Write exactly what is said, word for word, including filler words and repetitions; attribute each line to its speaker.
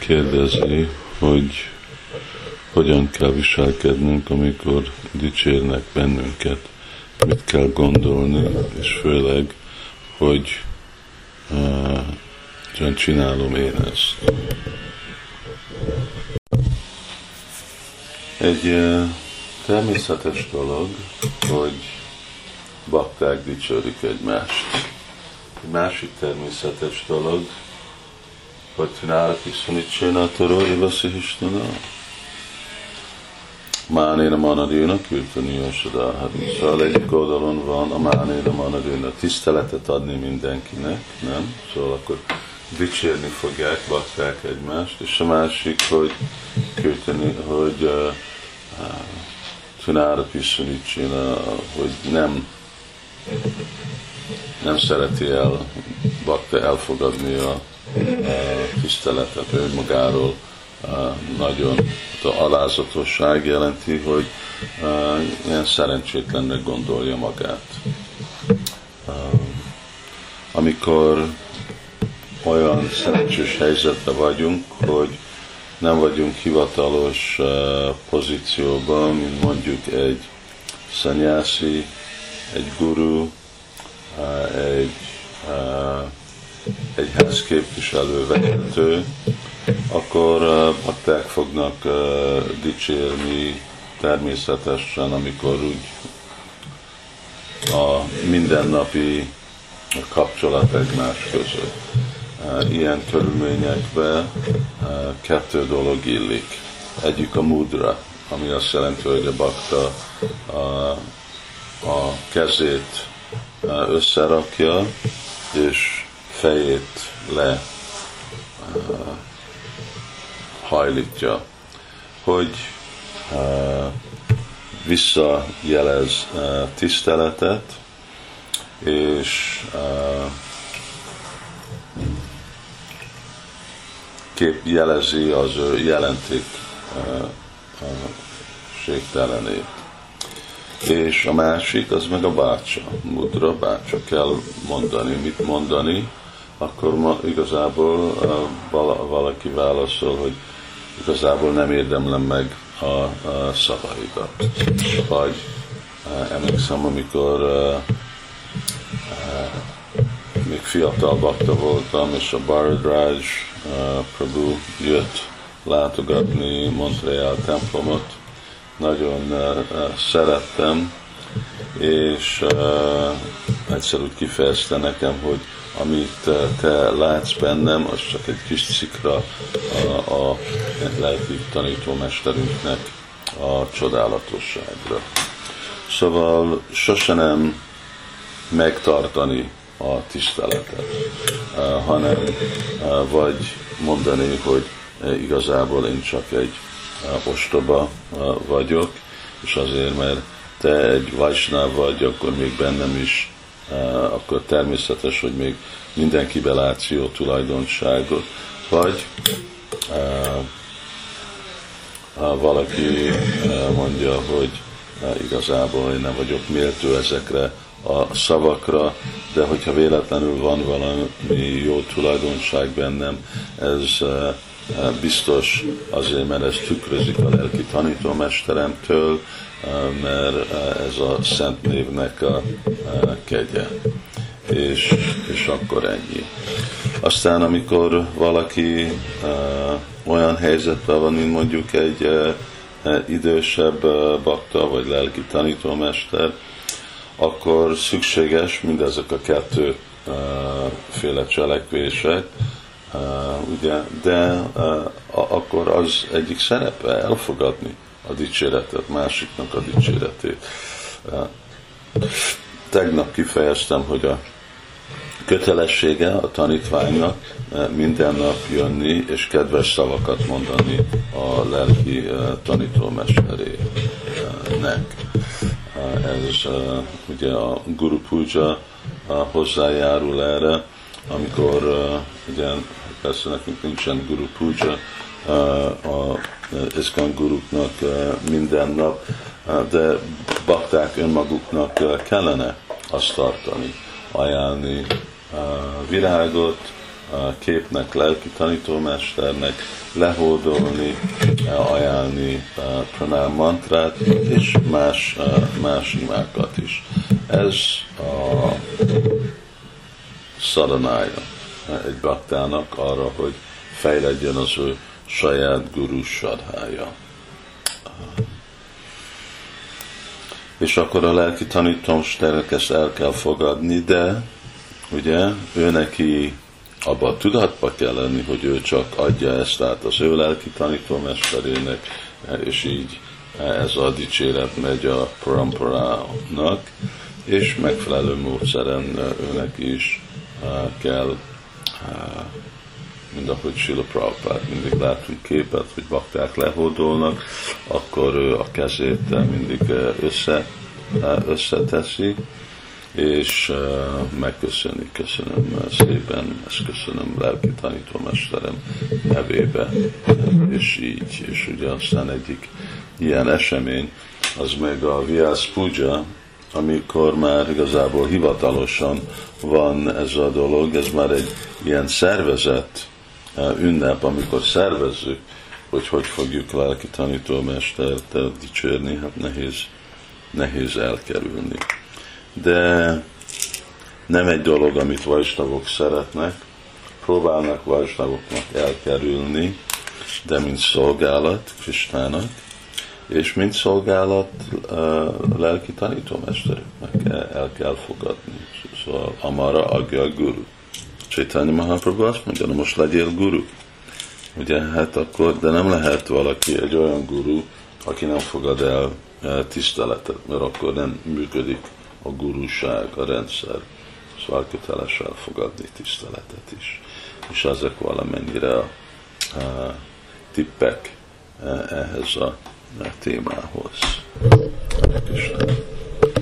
Speaker 1: kérdezi, hogy hogyan kell viselkednünk, amikor dicsérnek bennünket, mit kell gondolni, és főleg, hogy uh, csinálom én ezt. Egy uh, természetes dolog, hogy bakták dicsérik egymást. Egy másik természetes dolog, hogy Tvinára Piszonicsőnátoró Ivaszihistana. Mánéra Manadőna Kürtani Jósadálhatni. Szóval egyik oldalon van a Mánéra Manadőna, tiszteletet adni mindenkinek, nem? Szóval akkor dicsérni fogják, bakták egymást, és a másik, hogy kürtani, hogy uh, uh, Tvinára Piszonicsőna, hogy nem nem szereti el bakta elfogadni a, a tiszteletet önmagáról. Nagyon a alázatosság jelenti, hogy ilyen szerencsétlennek gondolja magát. Amikor olyan szerencsés helyzetben vagyunk, hogy nem vagyunk hivatalos pozícióban, mint mondjuk egy szanyászi, egy guru, egy egyház képviselő, vezető, akkor bakták fognak dicsérni természetesen, amikor úgy a mindennapi kapcsolat egymás között. Ilyen körülményekben kettő dolog illik. Egyik a mudra, ami azt jelenti, hogy a bakta a, a kezét összerakja, és fejét le uh, hajlítja, hogy uh, visszajelez uh, tiszteletet, és uh, kép jelezi az ő jelenték uh, uh, ségtelenét. És a másik, az meg a bácsa, mudra, bácsa kell mondani. Mit mondani? Akkor ma igazából uh, valaki válaszol, hogy igazából nem érdemlem meg a, a szavaidat. Vagy uh, emlékszem, amikor uh, uh, még fiatal bakta voltam, és a Bharadraj uh, Prabhu jött látogatni Montreal templomot, nagyon uh, szerettem, és uh, egyszer úgy kifejezte nekem, hogy amit uh, te látsz bennem, az csak egy kis szikra a, a lelki tanítómesterünknek a csodálatosságra. Szóval sose nem megtartani a tiszteletet, uh, hanem uh, vagy mondani, hogy uh, igazából én csak egy ostoba vagyok, és azért, mert te egy vajsnáv vagy, akkor még bennem is, akkor természetes, hogy még mindenkiben látsz jó tulajdonságot, vagy valaki mondja, hogy igazából én nem vagyok méltó ezekre a szavakra, de hogyha véletlenül van valami jó tulajdonság bennem, ez biztos azért, mert ez tükrözik a lelki tanítómesteremtől, mert ez a szent névnek a kegye. És, és akkor ennyi. Aztán, amikor valaki olyan helyzetben van, mint mondjuk egy idősebb bakta, vagy lelki tanítómester, akkor szükséges mindezek a kettő féle cselekvések, Uh, ugye, de uh, akkor az egyik szerepe elfogadni a dicséretet, másiknak a dicséretét. Uh, tegnap kifejeztem, hogy a kötelessége a tanítványnak uh, minden nap jönni és kedves szavakat mondani a lelki uh, tanítómesterének. Uh, ez uh, ugye a Guru Puja uh, hozzájárul erre, amikor uh, ugye persze nekünk nincsen Guru Puja, a ISKCON guruknak minden nap, de bakták önmaguknak kellene azt tartani, ajánlni virágot, képnek, lelki tanítómesternek lehódolni, ajánlni pranám mantrát, és más, más imákat is. Ez a szadanája egy baktának arra, hogy fejledjen az ő saját guru sadhája. És akkor a lelki tanítómesternek ezt el kell fogadni, de ugye ő neki abba a tudatba kell lenni, hogy ő csak adja ezt át az ő lelki tanítómesterének, és így ez a dicséret megy a paramparának, és megfelelő módszeren őnek is kell, mint ahogy Srila Prabhupád mindig látunk képet, hogy bakták lehódolnak, akkor ő a kezét mindig össze, összeteszi, és uh, megköszöni, köszönöm szépen, ezt köszönöm lelki tanítómesterem nevébe, és így, és ugye aztán egyik ilyen esemény, az meg a Vyas Puja, amikor már igazából hivatalosan van ez a dolog, ez már egy ilyen szervezett uh, ünnep, amikor szervezzük, hogy hogy fogjuk lelki tanítómestert dicsérni, hát nehéz, nehéz elkerülni. De nem egy dolog, amit vajsnavok szeretnek, próbálnak vajsnavoknak elkerülni, de mint szolgálat Krisnának, és mint szolgálat uh, lelki tanítómesterüknek el kell fogadni. Szóval Amara Agya Guru. Chaitanya Mahaprabhu azt mondja, na most legyél guru. Ugye, hát akkor, de nem lehet valaki egy olyan guru, aki nem fogad el uh, tiszteletet, mert akkor nem működik a gurúság, a rendszer, szóval köteles elfogadni tiszteletet is. És ezek valamennyire a, a tippek ehhez a témához. Köszönöm.